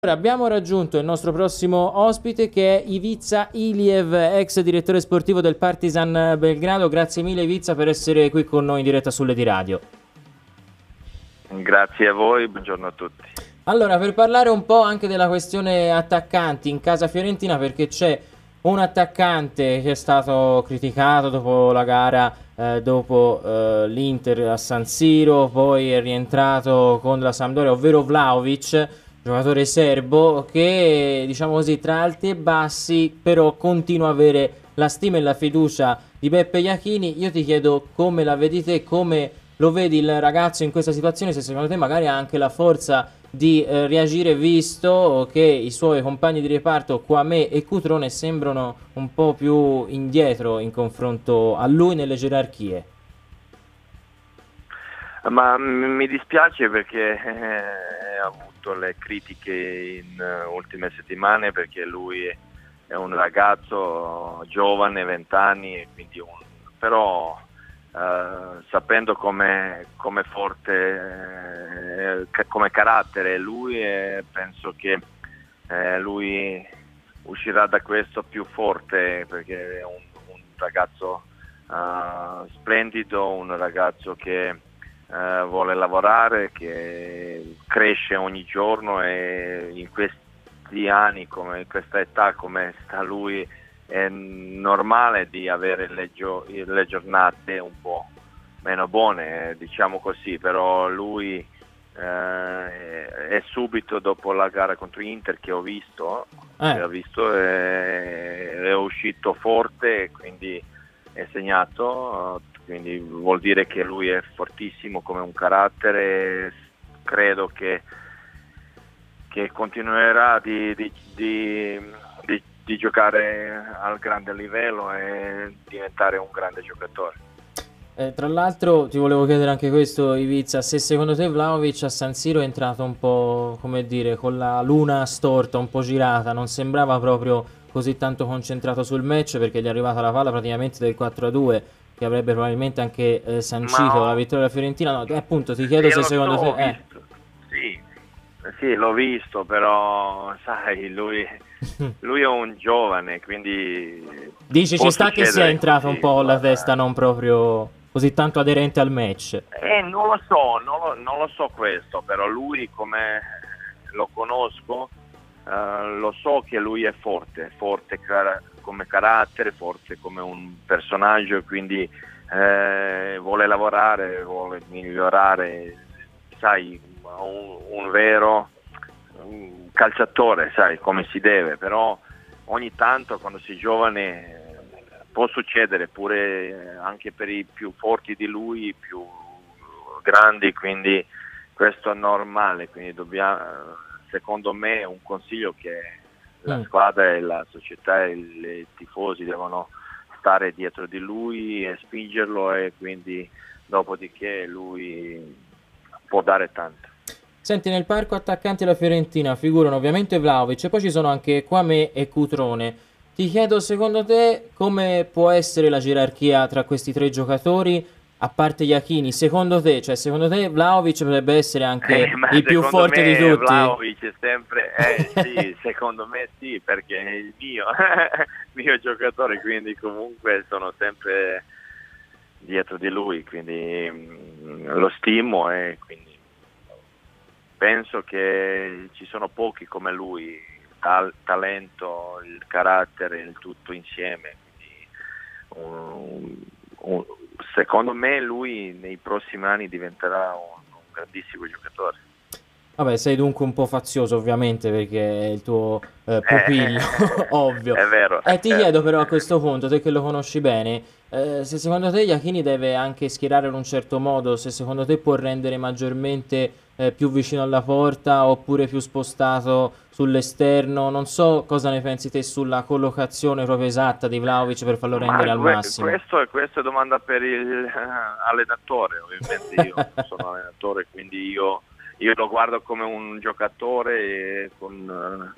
Abbiamo raggiunto il nostro prossimo ospite che è Ivica Iliev, ex direttore sportivo del Partizan Belgrado. Grazie mille Ivica per essere qui con noi in diretta sulle di radio. Grazie a voi, buongiorno a tutti. Allora, per parlare un po' anche della questione attaccanti in casa fiorentina, perché c'è un attaccante che è stato criticato dopo la gara, dopo l'Inter a San Siro, poi è rientrato con la Sampdoria, ovvero Vlahovic, giocatore serbo che, diciamo così, tra alti e bassi, però continua a avere la stima e la fiducia di Beppe Iachini. Io ti chiedo come la vedi te, come lo vedi il ragazzo in questa situazione, se secondo te magari ha anche la forza di reagire, visto che i suoi compagni di reparto Kouamé e Cutrone sembrano un po' più indietro in confronto a lui nelle gerarchie. Ma mi dispiace perché ha avuto le critiche in ultime settimane, perché lui è un ragazzo giovane, 20 anni, quindi però sapendo come forte, come carattere lui, penso che lui uscirà da questo più forte, perché è un ragazzo splendido, un ragazzo che vuole lavorare, che cresce ogni giorno, e in questi anni, come in questa età, come sta lui, è normale di avere le giornate un po' meno buone, diciamo così, però lui è subito dopo la gara contro Inter che ho visto, è uscito forte, quindi è segnato, quindi vuol dire che lui è fortissimo come un carattere. Credo che continuerà di giocare al grande livello e diventare un grande giocatore. Tra l'altro ti volevo chiedere anche questo, Ivica, se secondo te Vlahovic a San Siro è entrato un po', come dire, con la luna storta, un po' girata, non sembrava proprio così tanto concentrato sul match, perché gli è arrivata la palla praticamente del 4-2, che avrebbe probabilmente anche sancito la vittoria della Fiorentina. No, appunto ti chiedo se secondo te... Visto. Sì, l'ho visto, però sai, lui è un giovane, quindi... Dici ci sta che sia entrato un po' la testa non proprio così tanto aderente al match? Non lo so, non lo so questo, però lui, come lo conosco, lo so che lui è forte come carattere, forte come un personaggio, quindi vuole lavorare, vuole migliorare, sai, un vero calciatore, sai, come si deve, però ogni tanto quando si è giovane può succedere pure anche per i più forti di lui, più grandi, quindi questo è normale, quindi secondo me, un consiglio che la squadra e la società e i tifosi devono stare dietro di lui e spingerlo, e quindi dopodiché lui può dare tanto. Senti, nel parco attaccanti della Fiorentina figurano ovviamente Vlahovic e poi ci sono anche Kouamé e Cutrone. Ti chiedo, secondo te, come può essere la gerarchia tra questi tre giocatori, a parte Iachini? Secondo te Vlahovic potrebbe essere anche il più forte di tutti? Vlahovic è sempre, sì, secondo me sì, perché è il mio giocatore, quindi comunque sono sempre dietro di lui, quindi lo stimo, e quindi penso che ci sono pochi come lui, talento, il carattere, il tutto insieme. Quindi, secondo me lui nei prossimi anni diventerà un grandissimo giocatore. Vabbè, sei dunque un po' fazioso ovviamente perché è il tuo pupillo, ovvio. È vero. E ti chiedo però a questo punto, te che lo conosci bene, se secondo te Iachini deve anche schierare in un certo modo, se secondo te può rendere maggiormente più vicino alla porta oppure più spostato sull'esterno, non so cosa ne pensi te sulla collocazione proprio esatta di Vlahovic per farlo rendere al massimo. Questa è domanda per l'allenatore, ovviamente io non sono allenatore, quindi io lo guardo come un giocatore con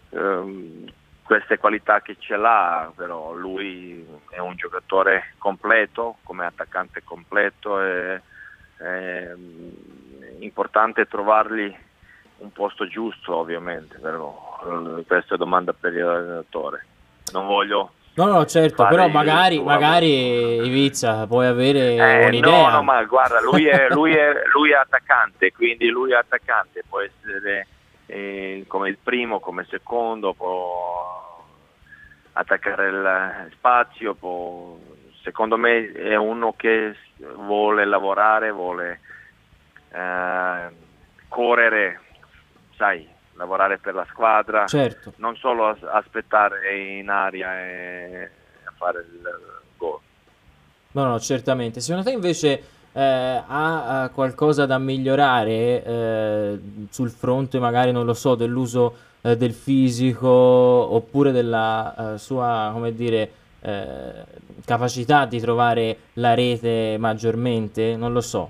queste qualità che ce l'ha, però lui è un giocatore completo, come attaccante completo, è importante trovargli un posto giusto, ovviamente, però questa è domanda per l'allenatore. Non voglio No, certo, fare però il magari, suo lavoro. Ivica, puoi avere No, un'idea. ma guarda, lui è attaccante, quindi lui è attaccante, può essere come il primo, come secondo, può attaccare il spazio, secondo me è uno che vuole lavorare, vuole correre, sai, lavorare per la squadra, Certo. non solo aspettare in aria e fare il gol. No, certamente. Secondo te invece ha qualcosa da migliorare sul fronte, magari, non lo so, dell'uso del fisico oppure della sua, come dire, eh, capacità di trovare la rete maggiormente? Non lo so.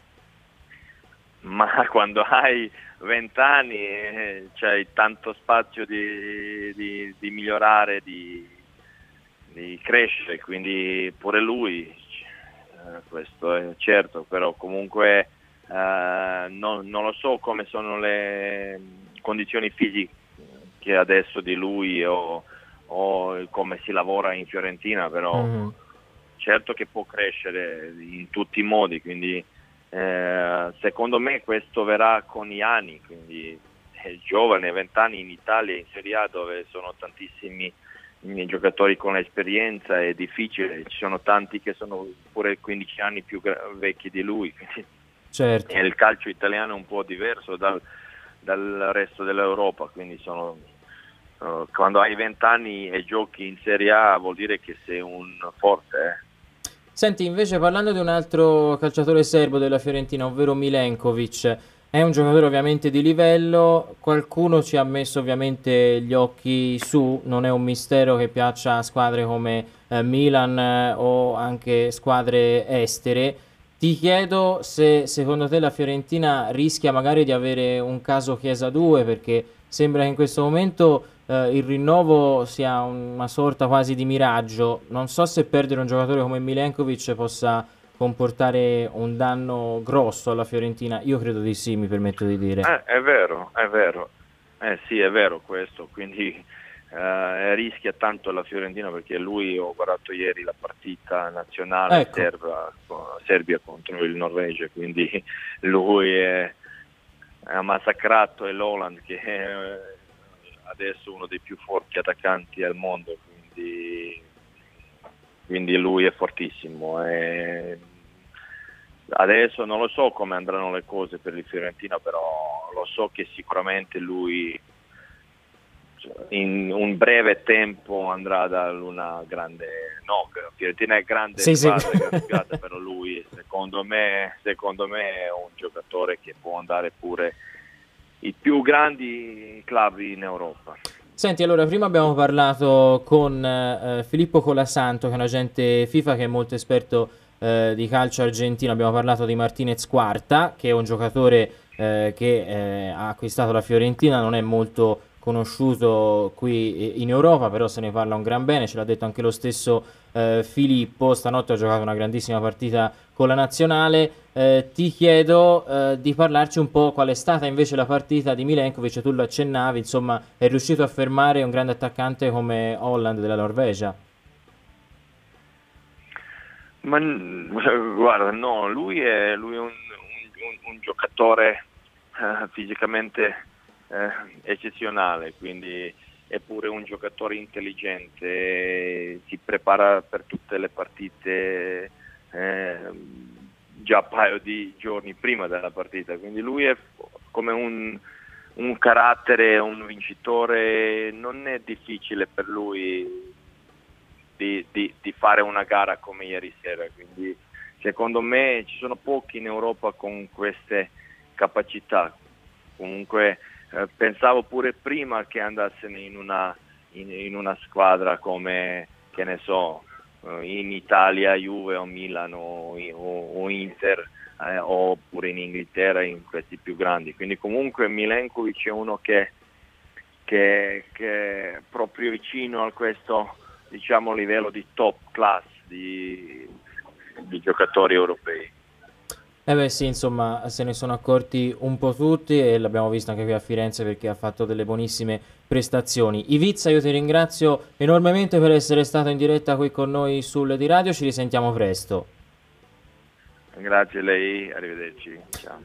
Ma quando hai 20 anni c'hai tanto spazio di migliorare, di crescere, quindi pure lui, questo è certo, però comunque non lo so come sono le condizioni fisiche adesso di lui o come si lavora in Fiorentina, però Mhm. certo che può crescere in tutti i modi, quindi secondo me questo verrà con gli anni, quindi è giovane, 20 anni in Italia, in Serie A, dove sono tantissimi giocatori con esperienza, è difficile, ci sono tanti che sono pure 15 anni più vecchi di lui, quindi Certo. il calcio italiano è un po' diverso dal resto dell'Europa, quindi quando hai 20 anni e giochi in Serie A vuol dire che sei un forte. Senti, invece parlando di un altro calciatore serbo della Fiorentina, ovvero Milenkovic, è un giocatore ovviamente di livello, qualcuno ci ha messo ovviamente gli occhi su, non è un mistero che piaccia a squadre come Milan o anche squadre estere. Ti chiedo se secondo te la Fiorentina rischia magari di avere un caso Chiesa 2, perché sembra che in questo momento il rinnovo sia una sorta quasi di miraggio. Non so se perdere un giocatore come Milenkovic possa comportare un danno grosso alla Fiorentina. Io credo di sì, mi permetto di dire. È vero, è vero. Sì, è vero questo, quindi rischia tanto la Fiorentina perché lui, ho guardato ieri la partita nazionale Ecco, Serbia contro il Norvegia, quindi ha massacrato l'Holland che è adesso uno dei più forti attaccanti al mondo, quindi lui è fortissimo. Adesso non lo so come andranno le cose per il Fiorentina, però lo so che sicuramente lui in un breve tempo andrà da una grande, no, Fiorentina è grande sì, sì. squadra, grande squadra, però lui secondo me è un giocatore che può andare pure i più grandi club in Europa. Senti, allora, prima abbiamo parlato con Filippo Colasanto, che è un agente FIFA che è molto esperto di calcio argentino. Abbiamo parlato di Martinez Quarta, che è un giocatore che ha acquistato la Fiorentina, non è molto conosciuto qui in Europa, però se ne parla un gran bene, ce l'ha detto anche lo stesso Filippo. Stanotte ha giocato una grandissima partita con la nazionale. Ti chiedo di parlarci un po' qual è stata invece la partita di Milenkovic, tu lo accennavi, insomma, è riuscito a fermare un grande attaccante come Holland della Norvegia. Ma guarda, no, lui è un giocatore fisicamente eccezionale, quindi è pure un giocatore intelligente, si prepara per tutte le partite già un paio di giorni prima della partita, quindi lui è come un carattere, un vincitore, non è difficile per lui di fare una gara come ieri sera, quindi secondo me ci sono pochi in Europa con queste capacità. Comunque pensavo pure prima che andassene in una squadra come, che ne so, in Italia, Juve o Milan o Inter, oppure in Inghilterra, in questi più grandi. Quindi comunque Milenkovic è uno che è proprio vicino a questo, diciamo, livello di top class di giocatori europei. Eh beh sì, insomma, se ne sono accorti un po' tutti e l'abbiamo visto anche qui a Firenze perché ha fatto delle buonissime prestazioni. Iviza, io ti ringrazio enormemente per essere stato in diretta qui con noi sul di radio, ci risentiamo presto. Grazie a lei, arrivederci. Ciao.